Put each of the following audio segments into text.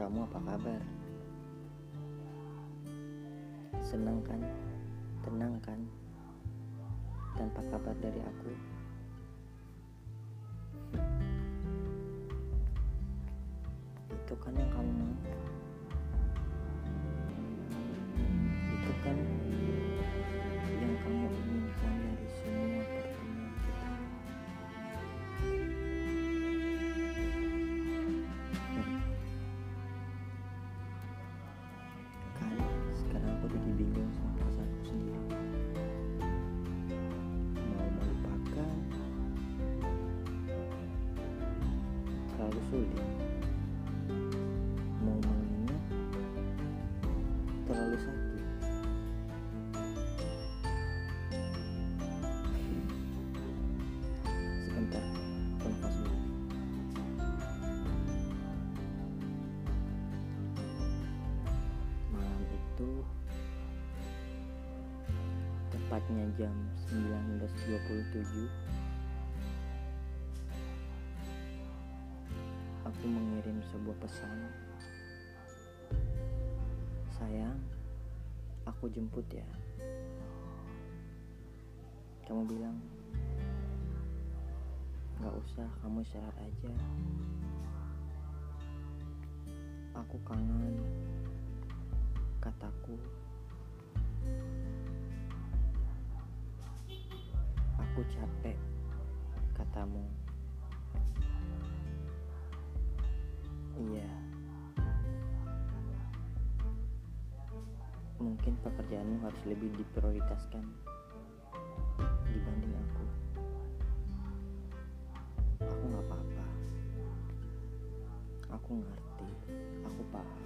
Kamu apa kabar? Senang kan? Tenang kan? Tanpa kabar dari aku? Itu kan yang kamu mau? Itu kan yang kamu inginkan dari semua pertemuan kita? Kan sekarang aku jadi bingung sama perasaanku sendiri. Mau melupakan terlalu sulit. Mau mengingat terlalu sakit. Sebentar, aku nafas dulu. Malam itu tepatnya jam 19.27, aku mengirim sebuah pesan. Sayang, aku jemput ya. Kamu bilang, gak usah, kamu istirahat aja. Aku kangen, kataku. Aku capek, katamu. Iya, mungkin pekerjaanmu harus lebih diprioritaskan dibanding aku. Aku gak apa-apa. Aku ngerti, aku paham.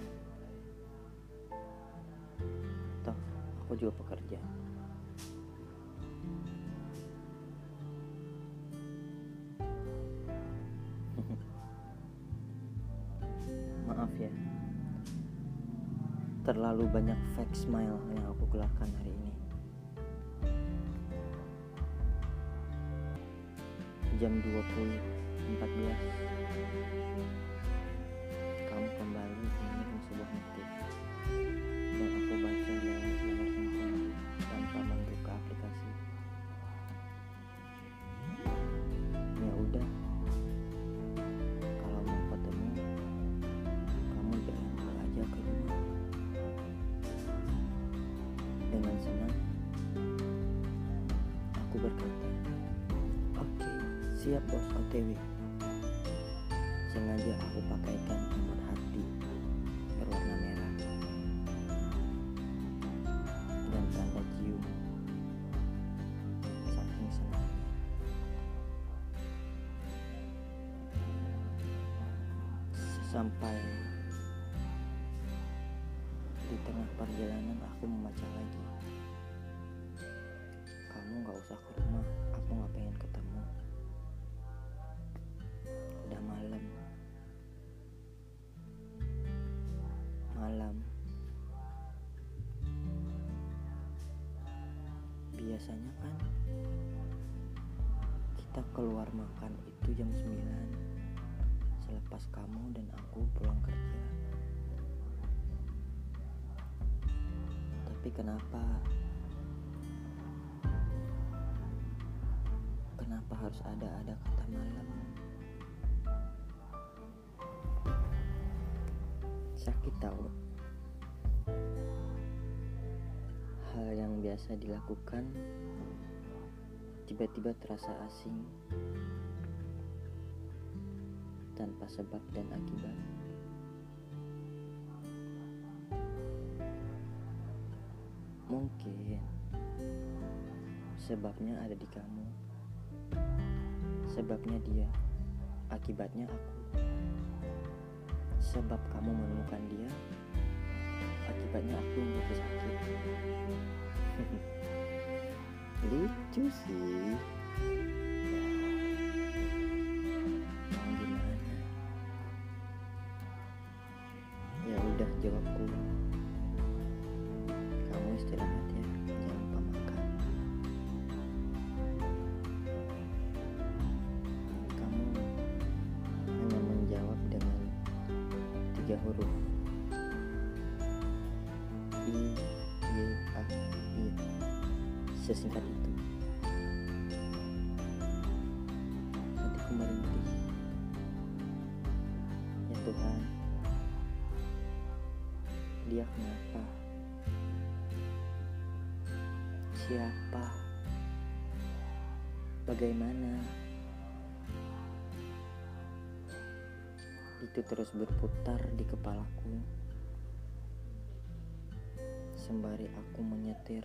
Toh, aku juga pekerja. Maaf ya, terlalu banyak fake smile yang aku keluarkan hari ini. Jam 20.14, kamu kembali mengirim sebuah notif, dan aku baca lewat layar handphone tanpa membuka aplikasi. Ya udah, kalau mau ketemu, kamu berangkat aja ke rumah. Dengan senang, aku berkata, oke, siap bos, OTW. Sengaja aku pakaikan emot hati berwarna merah dan tanda cium, saking senangnya. Sampai di tengah perjalanan aku membaca lagi, kamu gak usah ke rumah, aku gak pengen ketemu. Udah malam. Biasanya kan kita keluar makan itu jam 9 selepas kamu dan aku pulang kerja. Tapi kenapa harus ada kata malam? Sakit tahu. Hal yang biasa dilakukan tiba-tiba terasa asing tanpa sebab dan akibat. Mungkin sebabnya ada di kamu, sebabnya dia, akibatnya aku. Sebab kamu menemukan dia, akibatnya aku menjadi sakit. Lucu sih. Mau gimana? Ya udah, jawabku. Kamu istirahat ya, jangan lupa makan. Kamu hanya menjawab dengan 3 huruf. Sesingkat itu hatiku merintih. Ya Tuhan, dia kenapa? Siapa? Bagaimana? Itu terus berputar di kepalaku sembari aku menyetir.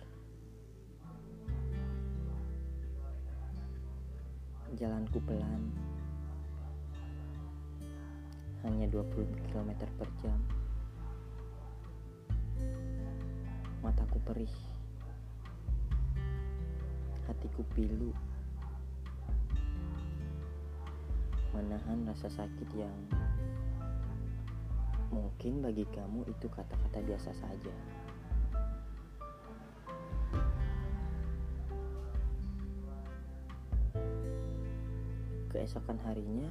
Jalanku pelan, hanya 20 km per jam. Mataku perih, hatiku pilu, menahan rasa sakit yang mungkin bagi kamu itu kata-kata biasa saja. Keesokan harinya,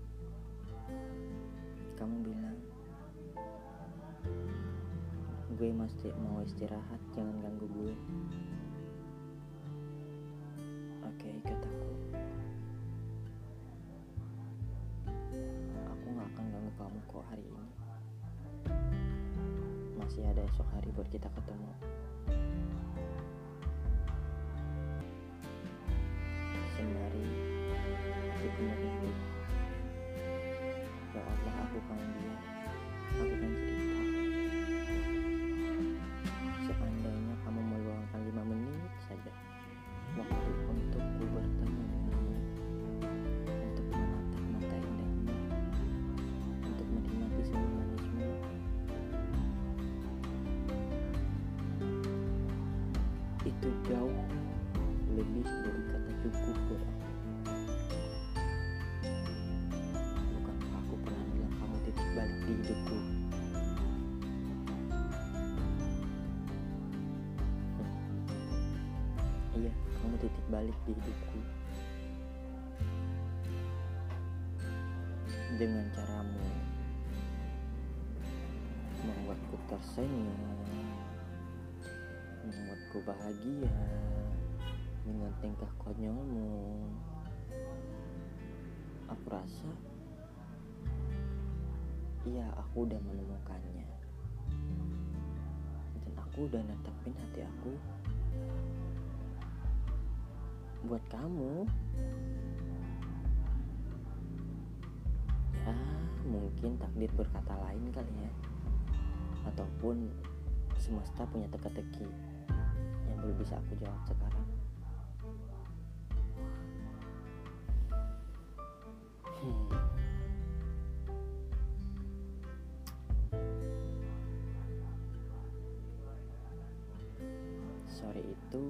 kamu bilang, gue masih mau istirahat, jangan ganggu gue. Oke, kataku. Aku gak akan ganggu kamu kok hari ini. Masih ada esok hari buat kita ketemu. Sembari hatiku merintih. Ya Allah, aku kangen dia. Aku kan cerita. Seandainya kamu meluangkan 5 menit saja waktu untukku bertemu denganmu, untuk menatap mata indahmu, untuk menikmati senyum manismu, itu jauh lebih dari kata cukup buat aku. Bukankah aku pernah bilang kamu titik balik di hidupku? Iya, kamu titik balik di hidupku. Dengan caramu membuatku tersenyum, membuatku bahagia dengan tingkah konyolmu. Aku rasa, iya, aku udah menemukannya. Dan aku udah netepin hati aku buat kamu. Ya, mungkin takdir berkata lain kali ya, ataupun semesta punya teka-teki yang belum bisa aku jawab sekarang. Sore itu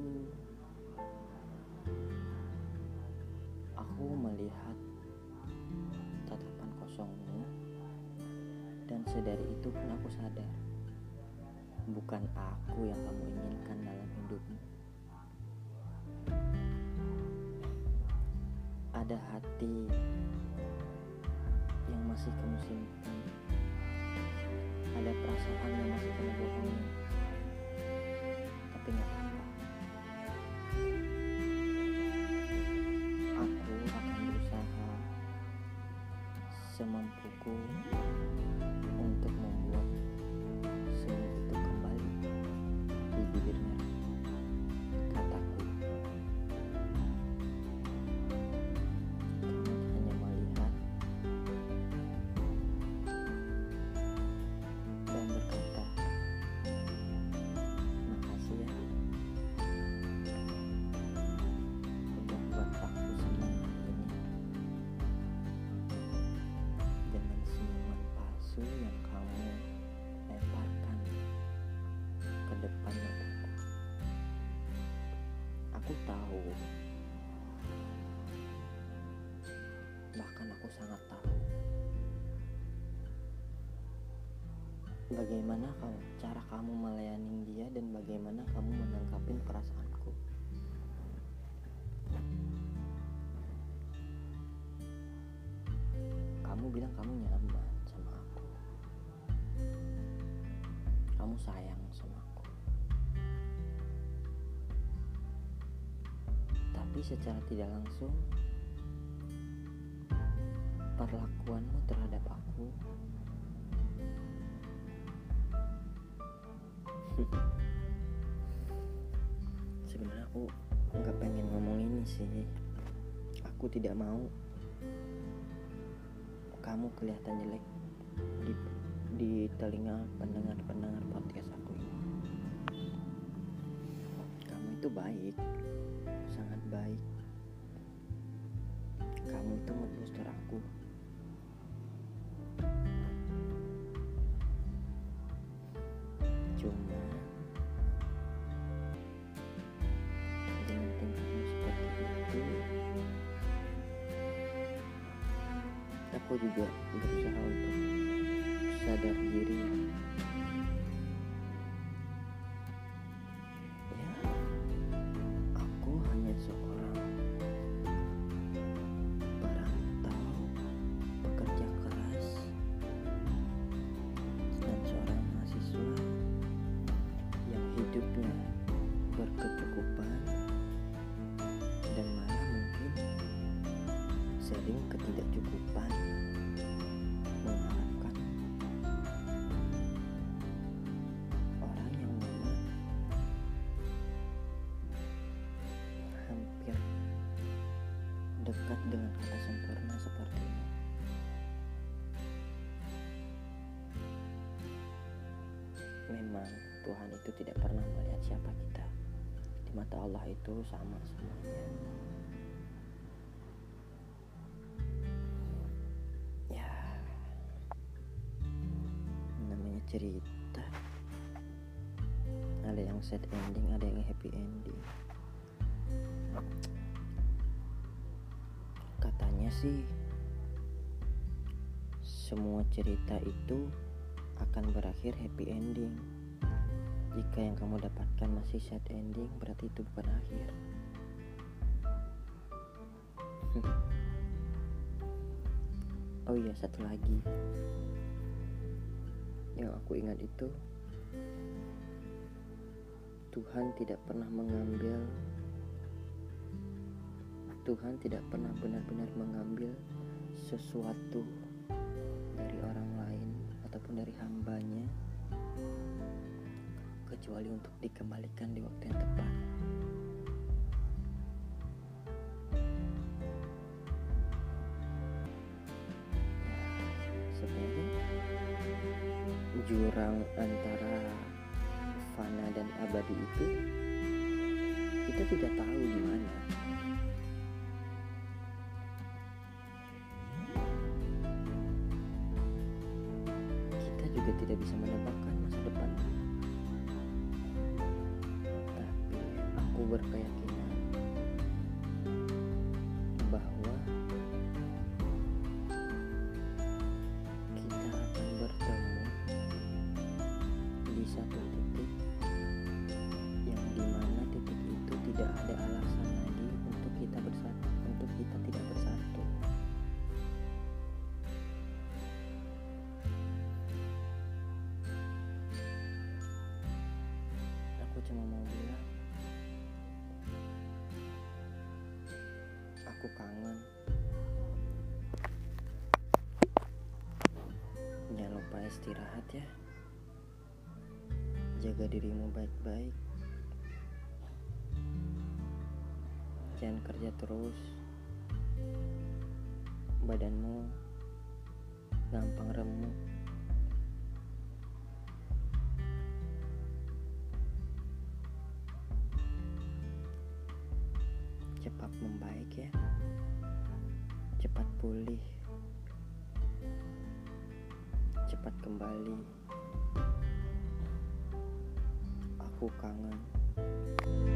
aku melihat tatapan kosongmu, dan sedari itu pun aku sadar, bukan aku yang kamu inginkan dalam hidupmu. Ada hati yang masih kamu simpan, ada perasaan yang masih kamu bohongi. Tapi gak apa-apa, aku akan berusaha semampuku untuk membuat senyum itu kembali di bibirnya. Kataku, kamu hanya melihat dan berkata, makasih ya, udah buat aku senang hari ini. Dengan senyuman palsu yang kamu lemparkan ke depan mataku. Aku tahu, bahkan aku sangat tahu, bagaimana cara kamu melayani dia dan bagaimana kamu menangkapin perasaanku. Kamu bilang kamu nyaman sama aku, kamu sayang sama aku. Tapi secara tidak langsung, perlakuanmu terhadap aku sebenarnya aku nggak pengen ngomong ini sih. Aku tidak mau kamu kelihatan jelek di telinga pendengar podcast aku ini. Kamu itu baik, sangat baik. Kamu itu nge-booster aku. Cuma dengan tingkahmu seperti itu, aku juga berusaha untuk sadar diri. Ya, aku hanya seorang perantau, pekerja keras, dan seorang mahasiswa yang hidupnya berkecukupan dan malah mungkin sering ketidakcukupan, mengharapkan orang yang memang hampir dekat dengan kata sempurna seperti ini. Memang Tuhan itu tidak pernah melihat siapa kita. Di mata Allah itu sama semuanya. Ya, namanya cerita. Ada yang sad ending, ada yang happy ending. Katanya sih semua cerita itu akan berakhir happy ending. Jika yang kamu dapatkan masih sad ending, berarti itu bukan akhir. Oh iya, satu lagi yang aku ingat itu, Tuhan tidak pernah benar-benar mengambil sesuatu dari orang lain ataupun dari hambanya, kecuali untuk dikembalikan di waktu yang tepat. Sebenarnya jurang antara fana dan abadi itu kita tidak tahu di mana. Kita juga tidak bisa menebakkan masa depan. Tapi aku berkeyakinan bahwa kita akan bertemu di satu titik yang dimana titik itu tidak ada alasan lagi untuk kita bersatu, untuk kita tidak bersatu. Aku cuma mau bilang, aku kangen. Jangan lupa istirahat ya. Jaga dirimu baik-baik. Jangan kerja terus. Badanmu gampang remuk. Cepat membaik ya. Cepat pulih. Cepat kembali. Aku kangen.